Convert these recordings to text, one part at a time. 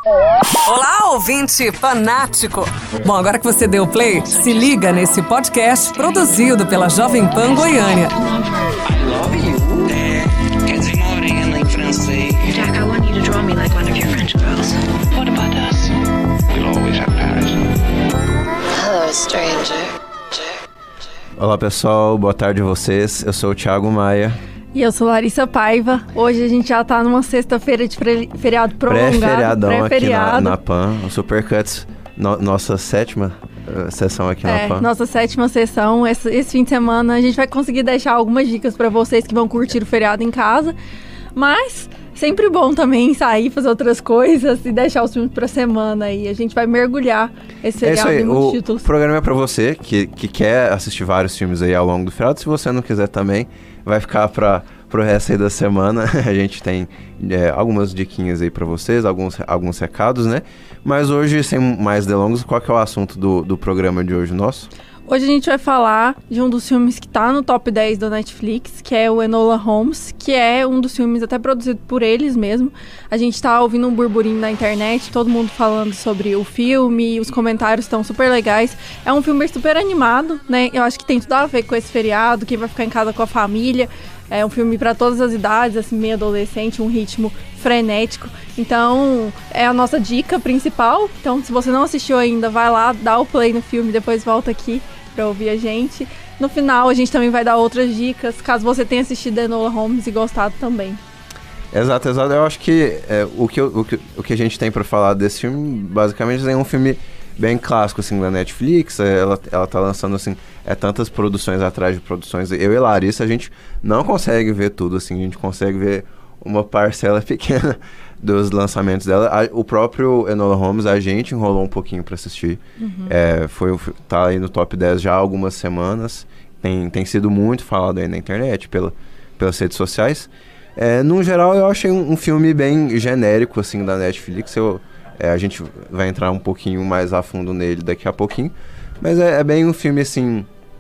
Olá, ouvinte fanático! Bom, agora que você deu play, se liga nesse podcast produzido pela Jovem Pan Goiânia. I love you. Quer dizer morena em francês. Jack, I want you to draw me like one of your French girls. What about us? We'll always have Paris. Hello, stranger. Olá pessoal, boa tarde a vocês. Eu sou o Thiago Maia. E eu sou Larissa Paiva. Hoje a gente já tá numa sexta-feira de feriado prolongado. Pré-feriadão aqui na PAN. O Supercuts, nossa sétima sessão aqui na PAN. Nossa sétima sessão. Esse fim de semana a gente vai conseguir deixar algumas dicas pra vocês que vão curtir o feriado em casa. Mas sempre bom também sair, fazer outras coisas e deixar os filmes pra semana. E a gente vai mergulhar esse feriado em muitos títulos. O programa é pra você que quer assistir vários filmes aí ao longo do feriado. Se você não quiser também, vai ficar pro resto aí da semana. A gente tem algumas diquinhas aí pra vocês, alguns recados, né? Mas hoje, sem mais delongas, qual que é o assunto do programa de hoje nosso? Hoje a gente vai falar de um dos filmes que tá no top 10 da Netflix, que é o Enola Holmes, que é um dos filmes até produzido por eles mesmo. A gente tá ouvindo um burburinho na internet, todo mundo falando sobre o filme, os comentários estão super legais. É um filme super animado, né? Eu acho que tem tudo a ver com esse feriado, quem vai ficar em casa com a família. É um filme para todas as idades, assim, meio adolescente, um ritmo frenético. Então, é a nossa dica principal. Então, se você não assistiu ainda, vai lá, dá o play no filme, depois volta aqui para ouvir a gente. No final, a gente também vai dar outras dicas, caso você tenha assistido Enola Holmes e gostado também. Exato. Eu acho que o que a gente tem para falar desse filme, basicamente, é um filme bem clássico, assim, da Netflix. Ela tá lançando, assim, tantas produções atrás de produções. Eu e Larissa, a gente não consegue ver tudo, assim, a gente consegue ver uma parcela pequena dos lançamentos dela. O próprio Enola Holmes, a gente enrolou um pouquinho pra assistir. Tá aí no top 10 já há algumas semanas. Tem sido muito falado aí na internet, pelas redes sociais. No geral, eu achei um filme bem genérico, assim, da Netflix. A gente vai entrar um pouquinho mais a fundo nele daqui a pouquinho. Mas é bem um filme, assim...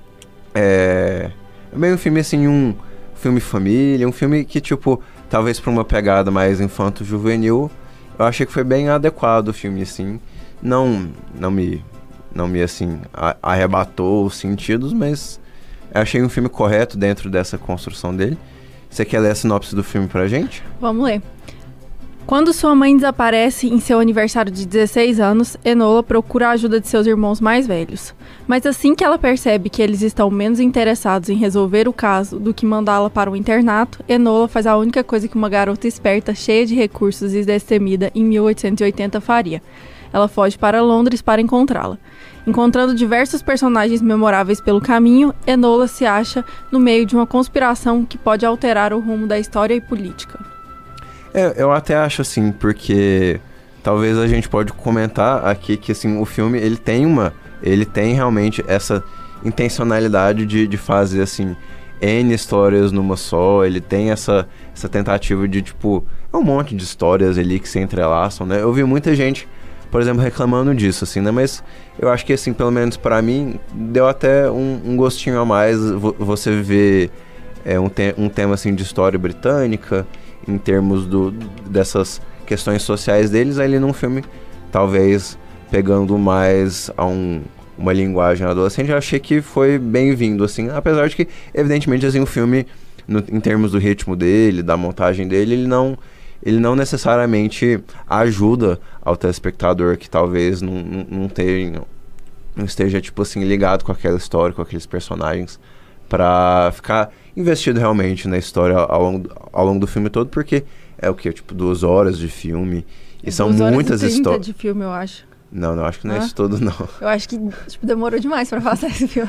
um filme família, um filme que, tipo, talvez pra uma pegada mais infanto-juvenil, eu achei que foi bem adequado o filme, assim. Não me assim, arrebatou os sentidos, mas eu achei um filme correto dentro dessa construção dele. Você quer ler a sinopse do filme pra gente? Vamos ler. Quando sua mãe desaparece em seu aniversário de 16 anos, Enola procura a ajuda de seus irmãos mais velhos. Mas assim que ela percebe que eles estão menos interessados em resolver o caso do que mandá-la para o internato, Enola faz a única coisa que uma garota esperta, cheia de recursos e destemida em 1880 faria. Ela foge para Londres para encontrá-la. Encontrando diversos personagens memoráveis pelo caminho, Enola se acha no meio de uma conspiração que pode alterar o rumo da história e política. Eu até acho, assim, porque talvez a gente pode comentar aqui que, assim, o filme, ele tem realmente essa intencionalidade de fazer, assim, N histórias numa só. Ele tem essa tentativa de, tipo, um monte de histórias ali que se entrelaçam, né? Eu vi muita gente, por exemplo, reclamando disso, assim, né? Mas eu acho que, assim, pelo menos pra mim, deu até um gostinho a mais você ver um tema, assim, de história britânica, em termos dessas questões sociais deles, ali num filme, talvez pegando mais a uma linguagem adolescente. Eu achei que foi bem-vindo, assim, apesar de que, evidentemente, assim, o filme, em termos do ritmo dele, da montagem dele, ele não necessariamente ajuda ao telespectador que talvez não esteja, tipo assim, ligado com aquela história, com aqueles personagens, pra ficar investido realmente na história ao longo do filme todo, porque é o quê? Tipo, 2 horas de filme, e são muitas histórias. De filme, eu acho. Não, acho que não é isso todo, não. Eu acho que, tipo, demorou demais pra passar esse filme.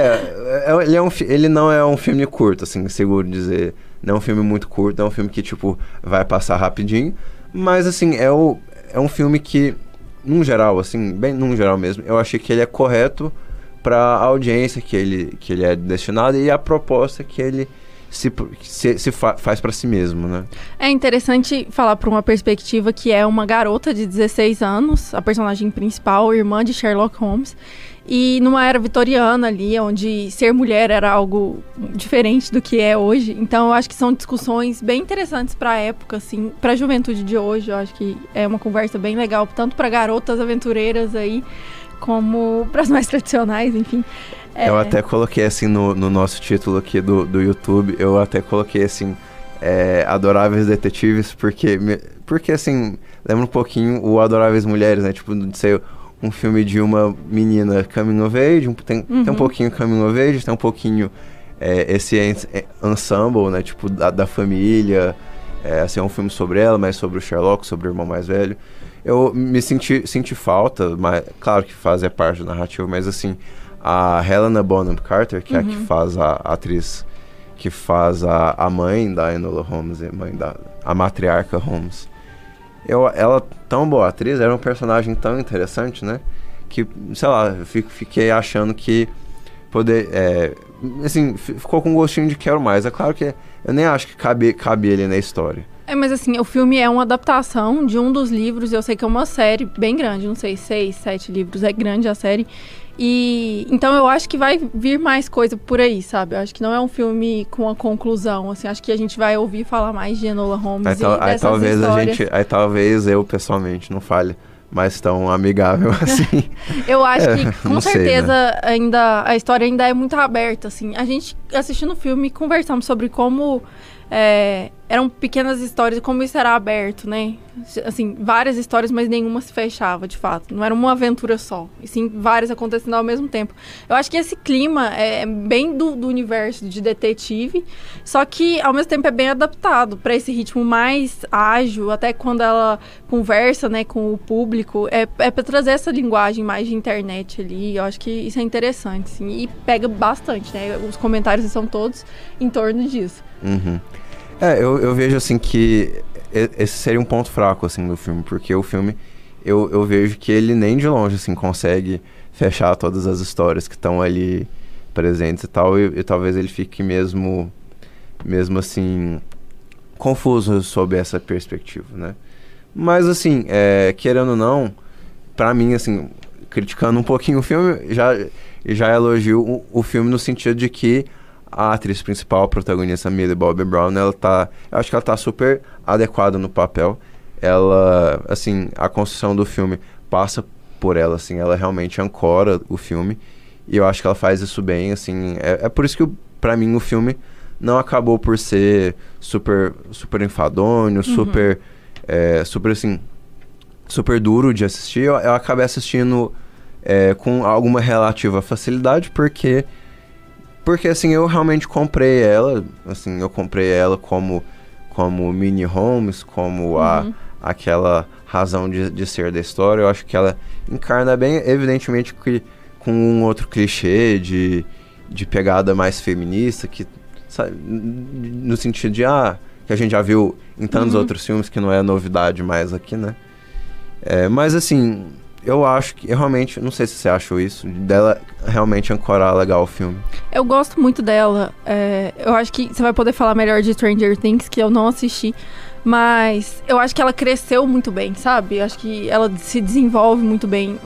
Ele não é um filme curto, assim, seguro dizer. Não é um filme muito curto, é um filme que, tipo, vai passar rapidinho, mas, assim, é um filme que, num geral, assim, bem num geral mesmo, eu achei que ele é correto para a audiência que ele é destinado e a proposta que ele faz pra si mesmo, né? É interessante falar por uma perspectiva que é uma garota de 16 anos, a personagem principal, irmã de Sherlock Holmes, e numa era vitoriana ali, onde ser mulher era algo diferente do que é hoje. Então eu acho que são discussões bem interessantes para a época, assim, para a juventude de hoje. Eu acho que é uma conversa bem legal, tanto para garotas aventureiras aí, como para as mais tradicionais, enfim. Eu até coloquei assim no nosso título aqui do YouTube, eu até coloquei assim, Adoráveis Detetives, porque assim, lembra um pouquinho o Adoráveis Mulheres, né? Tipo, de ser um filme de uma menina coming of age, tem um pouquinho coming of age, tem um pouquinho esse ensemble, né? Tipo, da família, assim, é um filme sobre ela, mas sobre o Sherlock, sobre o irmão mais velho. Eu me senti falta, mas claro que fazia parte da narrativa, mas assim, a Helena Bonham Carter, que é a que faz a atriz, que faz a mãe da Enola Holmes, a matriarca Holmes. Ela, tão boa atriz, era um personagem tão interessante, né? Que, sei lá, eu fiquei achando que assim, ficou com um gostinho de quero mais. É claro que eu nem acho que cabe ele na história. Mas assim, o filme é uma adaptação de um dos livros, eu sei que é uma série bem grande, não sei, 6, 7 livros, é grande a série. E então eu acho que vai vir mais coisa por aí, sabe? Eu acho que não é um filme com a conclusão, assim, acho que a gente vai ouvir falar mais de Enola Holmes aí talvez eu pessoalmente não fale mais tão amigável assim. Eu acho que com certeza, né? ainda a história ainda é muito aberta, assim. A gente assistindo o filme conversamos sobre como eram pequenas histórias, como isso era aberto, né? Assim, várias histórias, mas nenhuma se fechava, de fato. Não era uma aventura só, e sim várias acontecendo ao mesmo tempo. Eu acho que esse clima é bem do universo de detetive, só que ao mesmo tempo é bem adaptado para esse ritmo mais ágil, até quando ela conversa, né, com o público. É para trazer essa linguagem mais de internet ali. Eu acho que isso é interessante, assim, e pega bastante, né? Os comentários são todos em torno disso. Uhum. Eu vejo assim que esse seria um ponto fraco assim do filme, porque o filme eu vejo que ele nem de longe assim consegue fechar todas as histórias que estão ali presentes e tal, e talvez ele fique mesmo assim confuso sob essa perspectiva, né? Mas assim, querendo ou não, pra mim assim, criticando um pouquinho o filme, já elogio o filme no sentido de que a atriz principal, a protagonista Millie Bobby Brown, eu acho que ela tá super adequada no papel. Ela, assim, a construção do filme passa por ela, assim, ela realmente ancora o filme, e eu acho que ela faz isso bem, assim, é por isso que pra mim o filme não acabou por ser super enfadonho, super assim, super duro de assistir. Eu acabei assistindo com alguma relativa facilidade, porque assim, eu realmente comprei ela, assim, como Minnie Holmes, como aquela razão de ser da história. Eu acho que ela encarna bem, evidentemente que com um outro clichê de pegada mais feminista, que, sabe, no sentido de, que a gente já viu em tantos outros filmes, que não é novidade mais aqui, né? Mas assim, eu acho que, eu realmente, não sei se você achou isso, dela realmente ancorar legal o filme. Eu gosto muito dela. Eu acho que você vai poder falar melhor de Stranger Things, que eu não assisti. Mas eu acho que ela cresceu muito bem, sabe? Eu acho que ela se desenvolve muito bem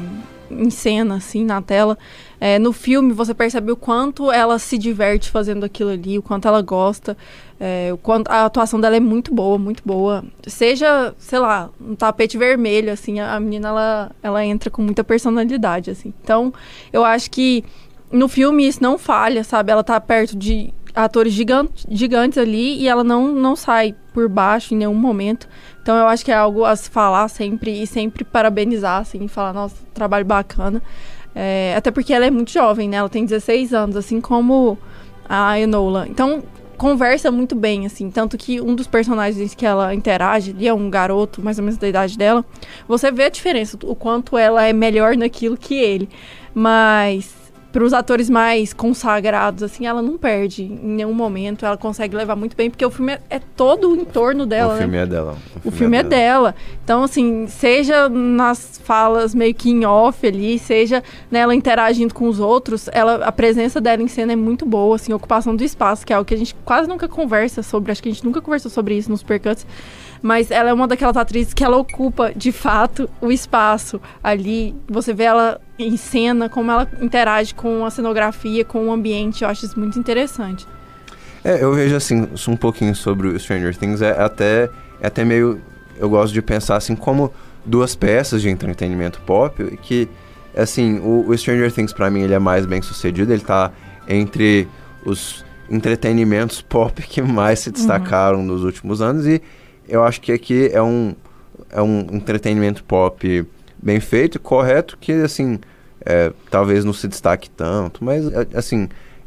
em cena, assim, na tela. No filme, você percebe o quanto ela se diverte fazendo aquilo ali, o quanto ela gosta, o quanto a atuação dela é muito boa, muito boa. Seja, sei lá, um tapete vermelho, assim, a menina, ela entra com muita personalidade, assim. Então, eu acho que no filme isso não falha, sabe? Ela tá perto de atores gigantes ali, e ela não sai por baixo em nenhum momento. Então, eu acho que é algo a se falar sempre, e sempre parabenizar, assim, e falar, nossa, trabalho bacana. Até porque ela é muito jovem, né? Ela tem 16 anos, assim como a Enola. Então, conversa muito bem, assim. Tanto que um dos personagens que ela interage ali é um garoto, mais ou menos da idade dela. Você vê a diferença, o quanto ela é melhor naquilo que ele. Mas pros atores mais consagrados, assim, ela não perde em nenhum momento, ela consegue levar muito bem, porque o filme é todo em torno dela, O filme é dela. O filme é dela. Então, assim, seja nas falas meio que em off ali, seja nela interagindo com os outros, a presença dela em cena é muito boa, assim, a ocupação do espaço, que é algo que a gente quase nunca conversa sobre, acho que a gente nunca conversou sobre isso nos Supercuts, mas ela é uma daquelas atrizes que ela ocupa, de fato, o espaço ali. Você vê ela em cena, como ela interage com a cenografia, com o ambiente. Eu acho isso muito interessante. Eu vejo, assim, um pouquinho sobre o Stranger Things. É até meio... Eu gosto de pensar, assim, como duas peças de entretenimento pop, que, assim, o Stranger Things, pra mim, ele é mais bem sucedido. Ele tá entre os entretenimentos pop que mais se destacaram nos últimos anos, e eu acho que aqui é um entretenimento pop bem feito e correto, que, assim, talvez não se destaque tanto, mas, assim,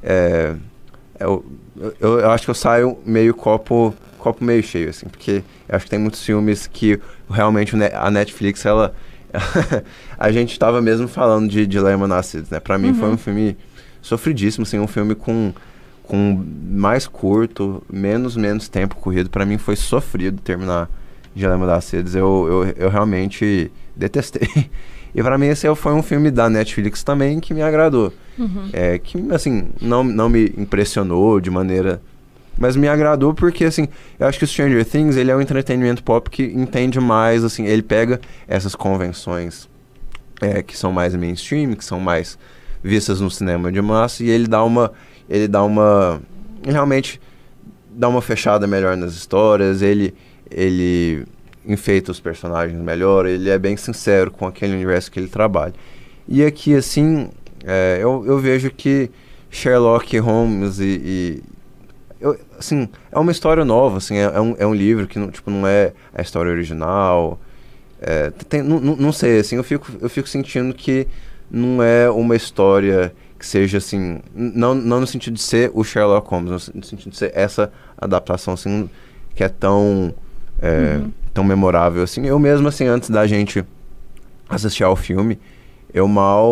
eu acho que eu saio meio copo meio cheio, assim, porque eu acho que tem muitos filmes que realmente a Netflix, ela... a gente tava mesmo falando de Dilema Nascidos, né? Pra mim foi um filme sofridíssimo, assim, um filme com mais curto, menos tempo corrido. Pra mim foi sofrido terminar Dilema das Sedes. Eu realmente detestei. E pra mim esse foi um filme da Netflix também que me agradou. Que, assim, não me impressionou de maneira... Mas me agradou porque, assim, eu acho que o Stranger Things, ele é um entretenimento pop que entende mais, assim, ele pega essas convenções que são mais mainstream, que são mais vistas no cinema de massa, e ele realmente dá uma fechada melhor nas histórias, ele enfeita os personagens melhor, ele é bem sincero com aquele universo que ele trabalha. E aqui, assim, eu vejo que Sherlock Holmes assim, é uma história nova, assim, é um livro que não é a história original, não sei, assim, eu fico sentindo que não é uma história que seja, assim, não no sentido de ser o Sherlock Holmes, no sentido de ser essa adaptação, assim, que é tão memorável, assim. Eu mesmo, assim, antes da gente assistir ao filme, eu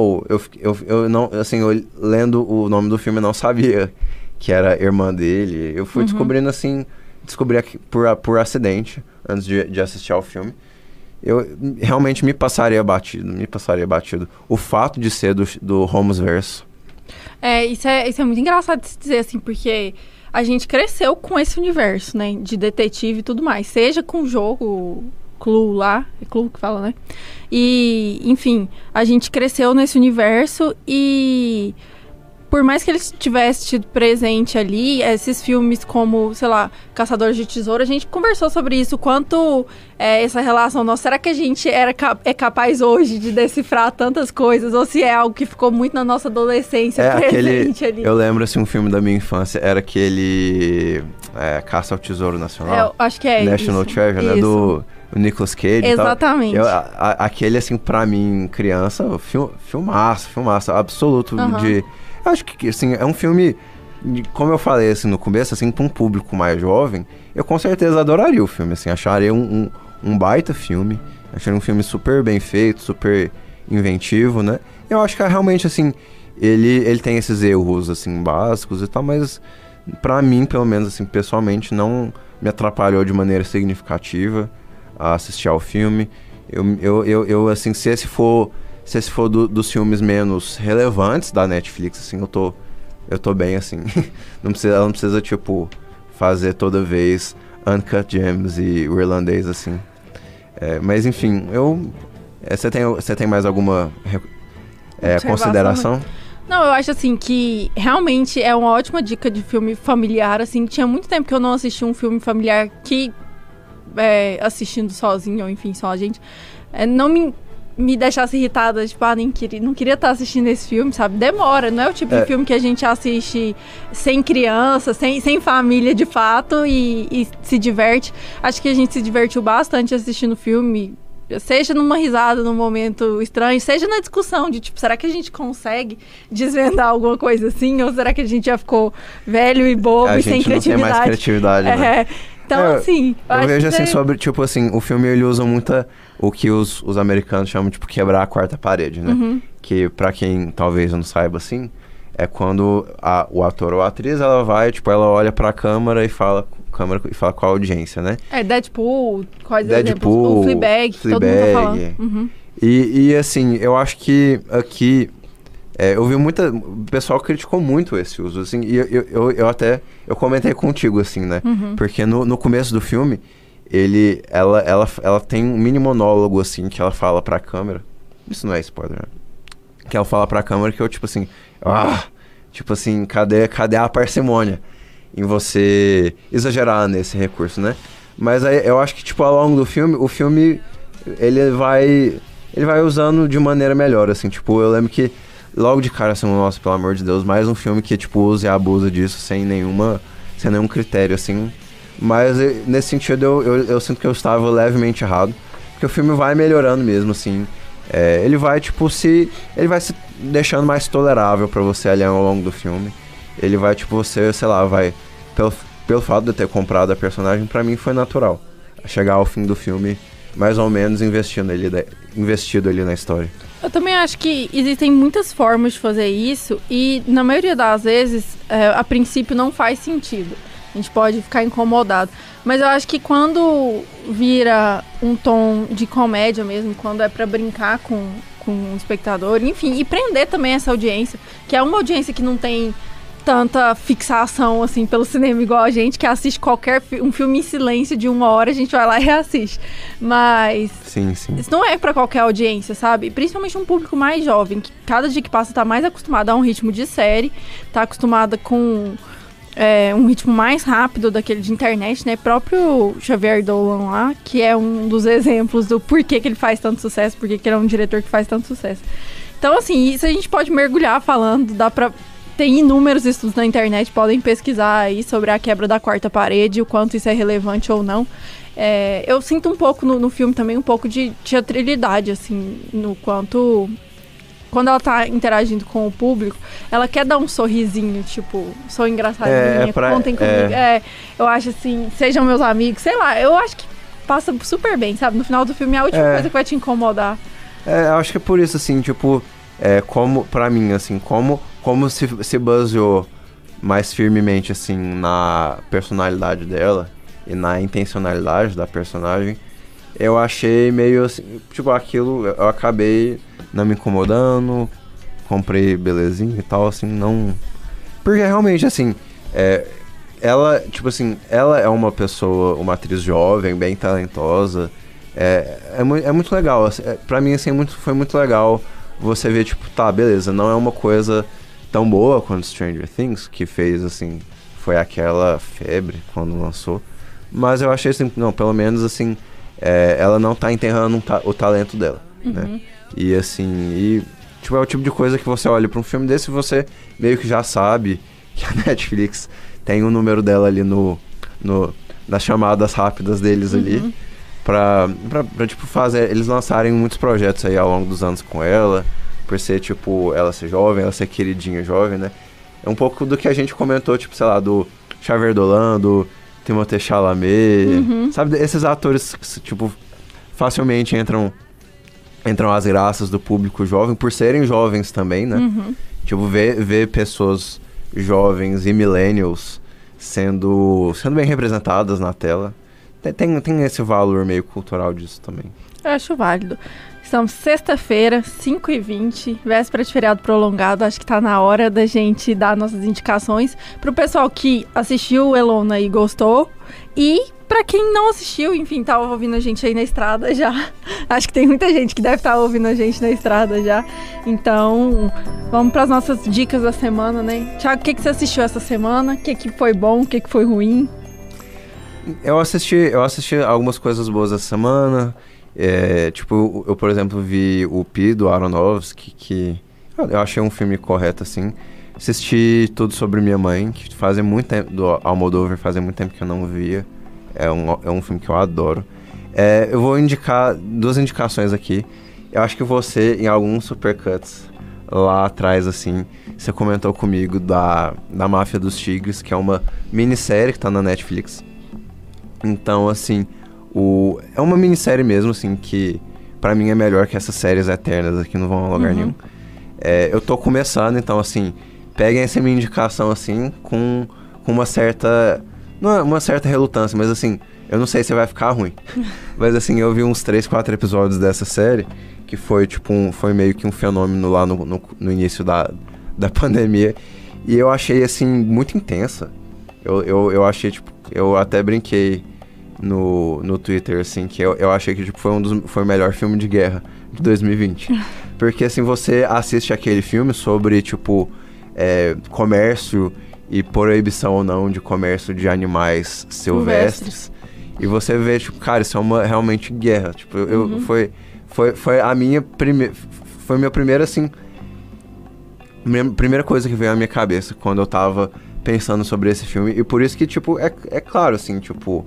não, assim, eu lendo o nome do filme, não sabia que era irmã dele. Eu fui descobri aqui por acidente, antes de assistir ao filme. Eu realmente me passaria batido. O fato de ser do Holmes verso. Isso é muito engraçado de se dizer, assim, porque a gente cresceu com esse universo, né, de detetive e tudo mais. Seja com o jogo Clue lá, é Clue que fala, né? E, enfim, a gente cresceu nesse universo e... Por mais que ele tivesse tido presente ali, esses filmes como, sei lá, Caçadores de Tesouro, a gente conversou sobre isso, quanto essa relação nossa, será que a gente é capaz hoje de decifrar tantas coisas, ou se é algo que ficou muito na nossa adolescência presente ali? Eu lembro, assim, um filme da minha infância, era aquele Caça ao Tesouro Nacional. Eu acho que é National isso. Treasure, né, do Nicolas Cage. Exatamente. E tal. Aquele, assim, pra mim, criança, filmaço, absoluto de... Eu acho que, assim, é um filme, como eu falei, assim, no começo, assim, para um público mais jovem, eu com certeza adoraria o filme, assim, acharia um baita filme, acharia um filme super bem feito, super inventivo, né? Eu acho que realmente, assim, ele tem esses erros, assim, básicos e tal, mas pra mim, pelo menos, assim, pessoalmente, não me atrapalhou de maneira significativa a assistir ao filme. Eu assim, se esse for dos filmes menos relevantes da Netflix, assim, eu tô bem, assim. Ela não precisa, tipo, fazer toda vez Uncut Gems e o Irlandês, assim. Mas, enfim, você tem mais alguma consideração? Não, eu acho, assim, que realmente é uma ótima dica de filme familiar, assim. Tinha muito tempo que eu não assisti um filme familiar que, assistindo sozinho, ou enfim, só a gente, não me deixasse irritada, tipo, não queria estar assistindo esse filme, sabe? Demora, não é o tipo de filme que a gente assiste sem criança, sem família de fato e se diverte. Acho que a gente se divertiu bastante assistindo o filme, seja numa risada, num momento estranho, seja na discussão de, tipo, será que a gente consegue desvendar alguma coisa assim? Ou será que a gente já ficou velho e bobo e sem criatividade? A gente não tem mais criatividade, né? Então, assim... Eu vejo, assim, sobre, tipo, assim, o filme, ele usa muito o que os americanos chamam, tipo, quebrar a quarta parede, né? que pra quem talvez não saiba, assim, é quando o ator ou a atriz, ela vai, tipo, ela olha pra câmera e fala com a audiência, né? Deadpool, quais Deadpool, exemplos? O Fleabag, que todo mundo tá falando. Uhum. E assim, eu acho que aqui... eu vi o pessoal criticou muito esse uso, assim, e eu comentei contigo, assim, né? Uhum. Porque no começo do filme, ela tem um mini monólogo, assim, que ela fala pra câmera. Isso não é spoiler, né? Que ela fala pra câmera que eu, tipo assim... tipo assim, cadê a parcimônia em você exagerar nesse recurso, né? Mas aí eu acho que, tipo, ao longo do filme, o filme, ele vai usando de maneira melhor, assim. Tipo, eu lembro que logo de cara, assim, nossa, pelo amor de Deus, mais um filme que, tipo, usa e abusa disso sem nenhum critério, assim. Mas nesse sentido, eu sinto que eu estava levemente errado. Porque o filme vai melhorando mesmo, assim. Ele vai, tipo, ele vai se deixando mais tolerável pra você ali ao longo do filme. Ele vai, tipo, você, sei lá, vai... Pelo fato de eu ter comprado a personagem, pra mim foi natural. Chegar ao fim do filme, mais ou menos, investido ali na história. Eu também acho que existem muitas formas de fazer isso e, na maioria das vezes, a princípio não faz sentido. A gente pode ficar incomodado. Mas eu acho que quando vira um tom de comédia mesmo, quando é pra brincar com o espectador, enfim, e prender também essa audiência, que é uma audiência que não tem tanta fixação, assim, pelo cinema igual a gente, que assiste um filme em silêncio de 1 hora, a gente vai lá e reassiste. Mas sim. Isso não é pra qualquer audiência, sabe? Principalmente um público mais jovem, que cada dia que passa tá mais acostumado a um ritmo de série, tá acostumada com um ritmo mais rápido daquele de internet, né? Próprio Xavier Dolan lá, que é um dos exemplos do porquê que ele faz tanto sucesso, porquê que ele é um diretor que faz tanto sucesso. Então, assim, isso a gente pode mergulhar falando, tem inúmeros estudos na internet, podem pesquisar aí sobre a quebra da quarta parede, o quanto isso é relevante ou não. Eu sinto um pouco no filme também, um pouco de teatralidade, assim, no quanto... Quando ela tá interagindo com o público, ela quer dar um sorrisinho, tipo, sou engraçadinha, contem comigo. Eu acho assim, sejam meus amigos, sei lá, eu acho que passa super bem, sabe? No final do filme é a última coisa que vai te incomodar. Eu acho que é por isso, assim, tipo, como, pra mim, assim, como se baseou mais firmemente, assim, na personalidade dela e na intencionalidade da personagem, eu achei meio assim, tipo, aquilo, eu acabei não me incomodando, comprei belezinha e tal, assim, não... Porque realmente, assim, ela, tipo assim, ela é uma pessoa, uma atriz jovem, bem talentosa, é muito legal, assim, pra mim, assim, foi muito legal você ver, tipo, tá, beleza, não é uma coisa tão boa quanto Stranger Things, que fez, assim, foi aquela febre quando lançou, mas eu achei, assim, não, pelo menos, assim, ela não tá enterrando o talento dela, né? E assim, tipo, é o tipo de coisa que você olha pra um filme desse e você meio que já sabe que a Netflix tem o número dela ali nas chamadas rápidas deles ali, pra tipo, eles lançarem muitos projetos aí ao longo dos anos com ela, por ser, tipo, ela ser jovem, ela ser queridinha jovem, né? É um pouco do que a gente comentou, tipo, sei lá, do Xavier Dolan, do Timothée Chalamet, sabe? Esses atores que, tipo, facilmente entram às graças do público jovem, por serem jovens também, né? Tipo, ver pessoas jovens e millennials sendo bem representadas na tela. Tem esse valor meio cultural disso também. Eu acho válido. Estamos sexta-feira, 5h20, véspera de feriado prolongado. Acho que tá na hora da gente dar nossas indicações pro pessoal que assistiu Elona e gostou. E pra quem não assistiu, enfim, tá ouvindo a gente aí na estrada já. Acho que tem muita gente que deve estar ouvindo a gente na estrada já. Então, vamos pras nossas dicas da semana, né? Thiago, o que você assistiu essa semana? O que foi bom? O que foi ruim? Eu assisti algumas coisas boas essa semana. Tipo, eu, por exemplo, vi o Pi, do Aronofsky, que eu achei um filme correto, assim. Assisti Tudo Sobre Minha Mãe, que fazia muito tempo, do Almodóvar, fazia muito tempo que eu não via. É um filme que eu adoro. Eu vou indicar 2 indicações aqui. Eu acho que você, em alguns supercuts lá atrás, assim, você comentou comigo da Máfia dos Tigres, que é uma minissérie que tá na Netflix. Então, assim, é uma minissérie mesmo, assim, que pra mim é melhor que essas séries eternas aqui, não vão a lugar nenhum. eu tô começando, então, assim, peguem essa minha indicação, assim, com uma certa... Não é uma certa relutância, mas, assim, eu não sei se vai ficar ruim. Mas, assim, eu vi uns 3, 4 episódios dessa série, que foi, tipo, foi meio que um fenômeno lá no início da pandemia. E eu achei, assim, muito intensa. Eu achei, tipo... Eu até brinquei no Twitter, assim, que eu achei que, tipo, foi o melhor filme de guerra de 2020. Porque, assim, você assiste aquele filme sobre, tipo, comércio e proibição ou não de comércio de animais silvestres. E você vê, tipo, cara, isso é uma realmente guerra. Tipo, foi a minha primeira... Foi minha primeira, assim... Primeira coisa que veio à minha cabeça quando eu tava pensando sobre esse filme. E por isso que, tipo, é claro, assim, tipo...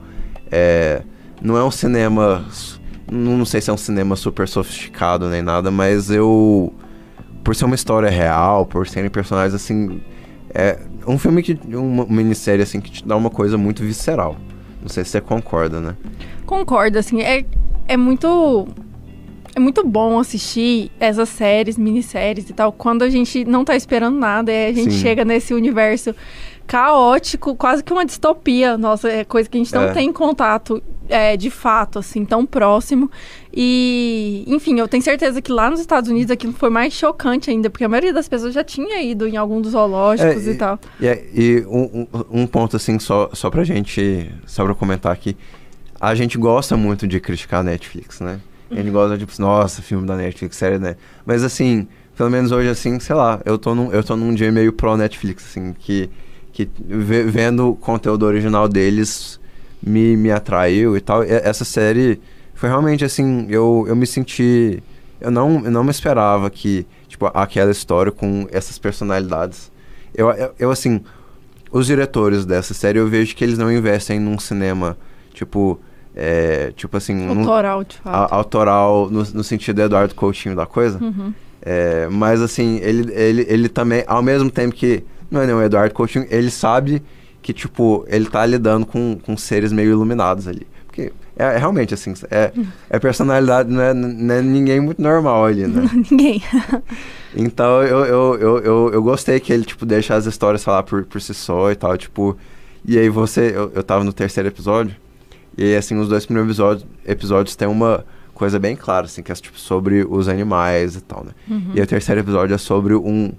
não é um cinema... Não sei se é um cinema super sofisticado nem nada, mas por ser uma história real, por serem personagens, assim... É um filme uma minissérie, assim, que te dá uma coisa muito visceral. Não sei se você concorda, né? Concordo, assim, é muito bom assistir essas séries, minisséries e tal, quando a gente não tá esperando nada, e a gente chega nesse universo caótico, quase que uma distopia, nossa, é coisa que a gente não tem contato de fato, assim, tão próximo. E, enfim, eu tenho certeza que lá nos Estados Unidos aquilo foi mais chocante ainda, porque a maioria das pessoas já tinha ido em algum dos zoológicos e tal. E um ponto, assim, só pra gente, só pra comentar aqui, a gente gosta muito de criticar a Netflix, né? A gente gosta de, tipo, nossa, filme da Netflix, série, né? Mas, assim, pelo menos hoje, assim, sei lá, eu tô num dia meio pro Netflix, assim, que vendo o conteúdo original deles me atraiu e tal. Essa série foi realmente, assim, eu me senti... Eu não me esperava que, tipo, aquela história com essas personalidades... Eu assim, os diretores dessa série, eu vejo que eles não investem num cinema, tipo assim... Autoral, de fato. Autoral, no sentido do Eduardo Coutinho da coisa. Mas, assim, ele também, ao mesmo tempo que... Não é nem o Eduardo Coutinho, ele sabe que, tipo, ele tá lidando com seres meio iluminados ali. Porque realmente, assim, personalidade, não é ninguém muito normal ali, né? Ninguém. Então, eu gostei que ele, tipo, deixa as histórias falar por si só e tal, tipo... E aí eu tava no 3º episódio, e aí, assim, os 2 primeiros episódios tem uma coisa bem clara, assim, que é, tipo, sobre os animais e tal, né? E aí, o 3º episódio é sobre um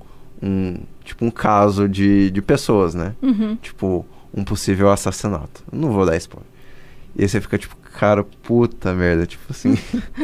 caso de pessoas, né? Tipo, um possível assassinato. Eu não vou dar spoiler. E aí você fica, tipo, cara, puta merda, tipo assim...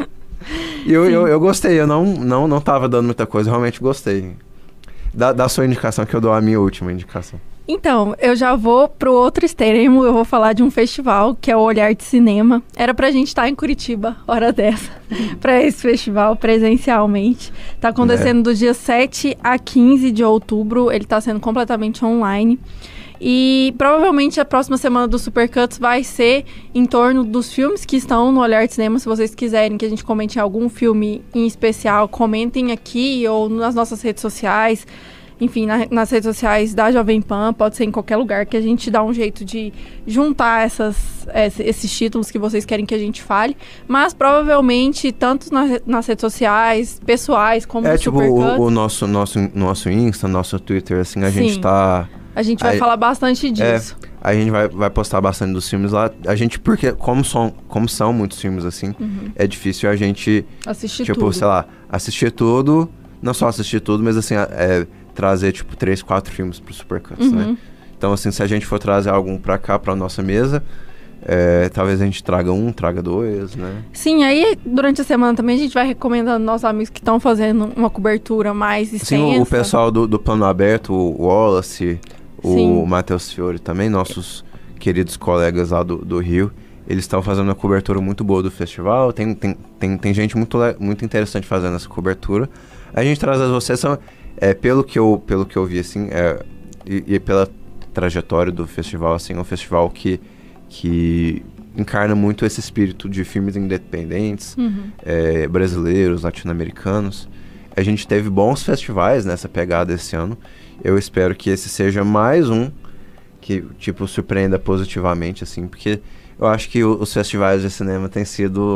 E eu gostei, eu não tava dando muita coisa, eu realmente gostei. Da sua indicação, que eu dou a minha última indicação. Então, eu já vou pro outro extremo, eu vou falar de um festival, que é o Olhar de Cinema. Era pra gente estar em Curitiba, hora dessa, pra esse festival, presencialmente. Tá acontecendo do dia 7 a 15 de outubro, ele tá sendo completamente online. E provavelmente a próxima semana do Supercuts vai ser em torno dos filmes que estão no Olhar de Cinema. Se vocês quiserem que a gente comente algum filme em especial, comentem aqui ou nas nossas redes sociais. Enfim, nas redes sociais da Jovem Pan, pode ser em qualquer lugar, que a gente dá um jeito de juntar esses títulos que vocês querem que a gente fale. Mas provavelmente, tanto nas redes sociais, pessoais, como no Supercuts. O nosso Insta, nosso Twitter, assim, a gente tá... A gente vai falar bastante disso. A gente vai postar bastante dos filmes lá. A gente, porque como são muitos filmes, assim, é difícil a gente... Assistir tudo. Tipo, sei lá, assistir tudo. Não só assistir tudo, mas, assim, trazer, tipo, 3, 4 filmes pro Supercuts, né? Então, assim, se a gente for trazer algum pra cá, pra nossa mesa... talvez a gente traga 1, traga 2, né? Sim, aí durante a semana também a gente vai recomendando nossos amigos que estão fazendo uma cobertura mais extensa. Sim, o pessoal do Plano Aberto, o Wallace, o Matheus Fiore também, nossos queridos colegas lá do Rio, eles estão fazendo uma cobertura muito boa do festival. Tem gente muito interessante fazendo essa cobertura. A gente traz as vocês, pelo que eu vi, assim, e pela trajetória do festival, assim, é um festival que encarna muito esse espírito de filmes independentes, brasileiros, latino-americanos. A gente teve bons festivais nessa pegada esse ano. Eu espero que esse seja mais um que, tipo, surpreenda positivamente, assim, porque eu acho que os festivais de cinema têm sido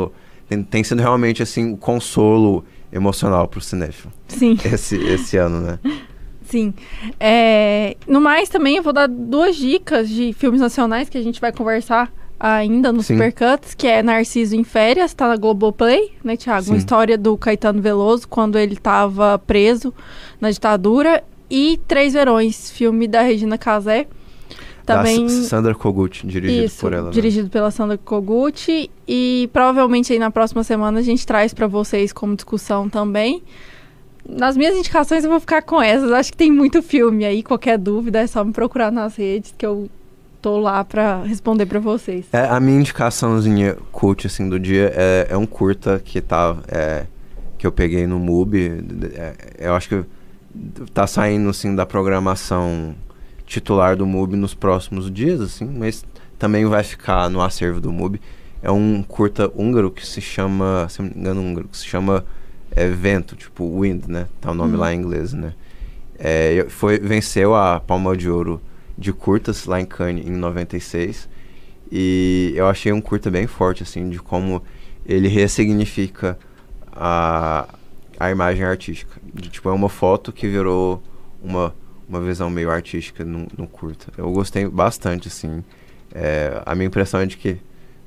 tem sido realmente, assim, o consolo emocional pro cinéfilo. Sim. Esse ano, né? Sim. No mais, também eu vou dar 2 dicas de filmes nacionais que a gente vai conversar ainda no Sim. Supercuts, que é Narciso em Férias, tá na Globoplay, né, Thiago? Sim. Uma história do Caetano Veloso, quando ele estava preso na ditadura. E Três Verões, filme da Regina Casé. Também... Da Sandra Kogut, dirigido Isso, por ela. dirigido pela Sandra Kogut. E provavelmente aí na próxima semana a gente traz pra vocês como discussão também. Nas minhas indicações eu vou ficar com essas. Acho que tem muito filme aí. Qualquer dúvida é só me procurar nas redes que eu tô lá pra responder pra vocês. A minha indicaçãozinha cult, assim, do dia é um curta que que eu peguei no MUBI. Eu acho que tá saindo, assim, da programação titular do MUBI nos próximos dias, assim, mas também vai ficar no acervo do MUBI. É um curta húngaro que se chama, se não me engano, Vento, tipo Wind, né? Tá o nome lá em inglês, né? Venceu a Palma de Ouro de curtas lá em Cannes em 96. E eu achei um curta bem forte, assim, de como ele ressignifica a imagem artística. Tipo, é uma foto que virou uma visão meio artística no curta. Eu gostei bastante, assim. A minha impressão é de que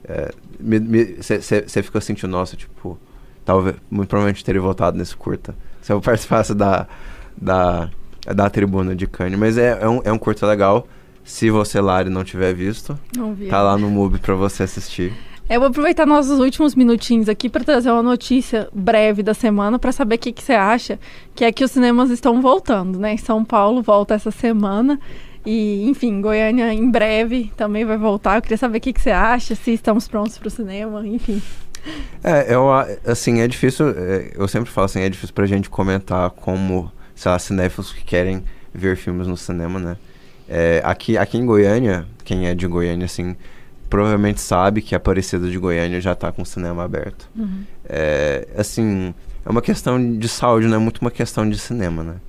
você fica sentindo, nossa, tipo, talvez, muito provavelmente teria votado nesse curta se eu participasse da tribuna de Cannes. Mas é um curta legal. Se você, Lari, não tiver visto, tá lá no MUBI pra você assistir. Eu vou aproveitar nossos últimos minutinhos aqui para trazer uma notícia breve da semana para saber o que você acha, que é que os cinemas estão voltando, né? São Paulo volta essa semana e, enfim, Goiânia em breve também vai voltar. Eu queria saber o que você acha, se estamos prontos para o cinema, enfim. Assim, é difícil, eu sempre falo assim, é difícil pra gente comentar como, sei lá, cinéfilos que querem ver filmes no cinema, né? Aqui em Goiânia, quem é de Goiânia, assim, provavelmente sabe que a Aparecida de Goiânia já tá com o cinema aberto. Uhum. Assim, é uma questão de saúde, não é muito uma questão de cinema, né?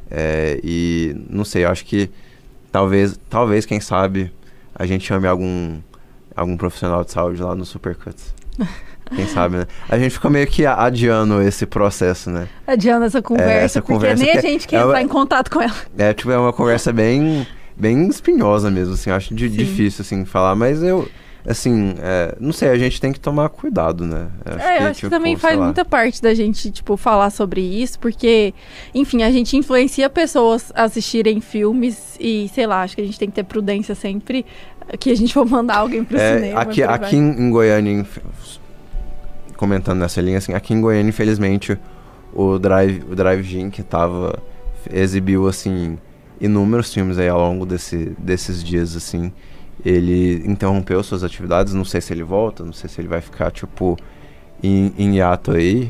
E, não sei, eu acho que talvez, quem sabe, a gente chame algum profissional de saúde lá no Supercuts. Quem sabe, né? A gente fica meio que adiando esse processo, né? Adiando essa conversa, porque nem a gente quer entrar em contato com ela. É uma conversa bem espinhosa mesmo, assim. Acho difícil, assim, falar. Mas assim, não sei, a gente tem que tomar cuidado, né? Eu acho que também faz muita parte da gente, tipo, falar sobre isso, porque, enfim, a gente influencia pessoas a assistirem filmes e, sei lá, acho que a gente tem que ter prudência sempre que a gente for mandar alguém pro cinema. Aqui em Goiânia, comentando nessa linha, assim, aqui em Goiânia, infelizmente, o Drive-In que exibiu, assim, inúmeros filmes aí ao longo desses dias, assim, ele interrompeu suas atividades. Não sei se ele volta, não sei se ele vai ficar, tipo, em hiato aí,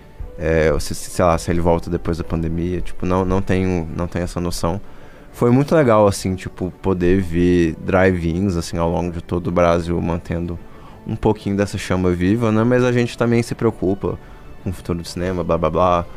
sei lá, se ele volta depois da pandemia, tipo, não tenho essa noção. Foi muito legal, assim, tipo, poder ver drive-ins, assim, ao longo de todo o Brasil, mantendo um pouquinho dessa chama viva, né? Mas a gente também se preocupa com o futuro do cinema, blá, blá, blá.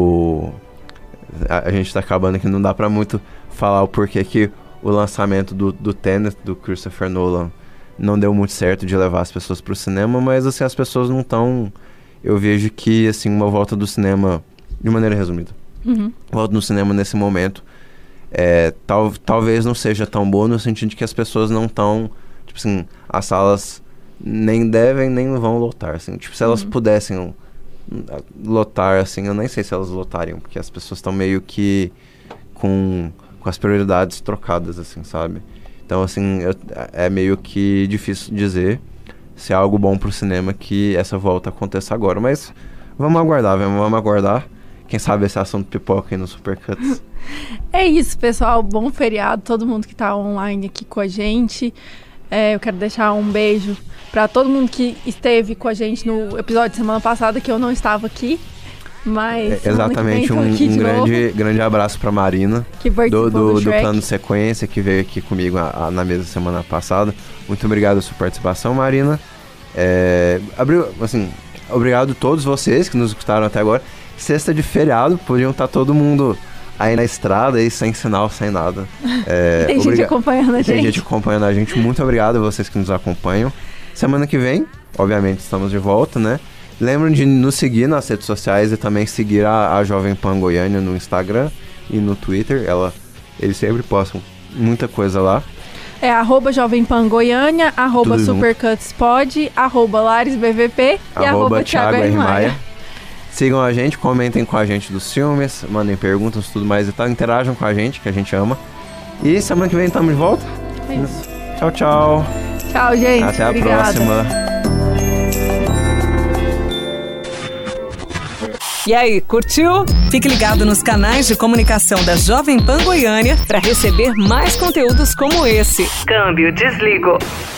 A gente tá acabando que não dá pra muito falar o porquê que o lançamento do Tenet, do Christopher Nolan, não deu muito certo de levar as pessoas pro cinema, mas, assim, as pessoas não estão... Eu vejo que, assim, uma volta do cinema, de maneira resumida, volta do cinema nesse momento, talvez não seja tão boa no sentido de que as pessoas não estão, tipo assim, as salas nem devem nem vão lotar, assim, tipo, se elas pudessem lotar, assim, eu nem sei se elas lotariam, porque as pessoas estão meio que com as prioridades trocadas, assim, sabe? Então, assim, é meio que difícil dizer se é algo bom pro cinema que essa volta aconteça agora, mas vamos aguardar. Quem sabe esse assunto pipoca aí no Supercuts. É isso, pessoal. Bom feriado, todo mundo que tá online aqui com a gente. Eu quero deixar um beijo para todo mundo que esteve com a gente no episódio de semana passada, que eu não estava aqui. Mas exatamente, um grande abraço para Marina, que do Plano Sequência, que veio aqui comigo na mesa semana passada. Muito obrigado pela sua participação, Marina. Assim, obrigado a todos vocês que nos escutaram até agora. Sexta de feriado, podiam estar todo mundo aí na estrada, aí sem sinal, sem nada. Tem gente acompanhando a gente. Tem gente acompanhando a gente. Muito obrigado a vocês que nos acompanham. Semana que vem, obviamente, estamos de volta, né? Lembrem de nos seguir nas redes sociais e também seguir a Jovem Pan Goiânia no Instagram e no Twitter. Eles sempre postam muita coisa lá. É Jovem Pan Goiânia, @supercutspod, @LaresBVP e Thiago R. Maia. Sigam a gente, comentem com a gente dos filmes, mandem perguntas, tudo mais e tal. Interajam com a gente, que a gente ama. E semana que vem estamos de volta. É isso. Tchau, tchau. Tchau, gente. Até a Obrigada. próxima. E aí, curtiu? Fique ligado nos canais de comunicação da Jovem Pan Goiânia para receber mais conteúdos como esse. Câmbio, desligo.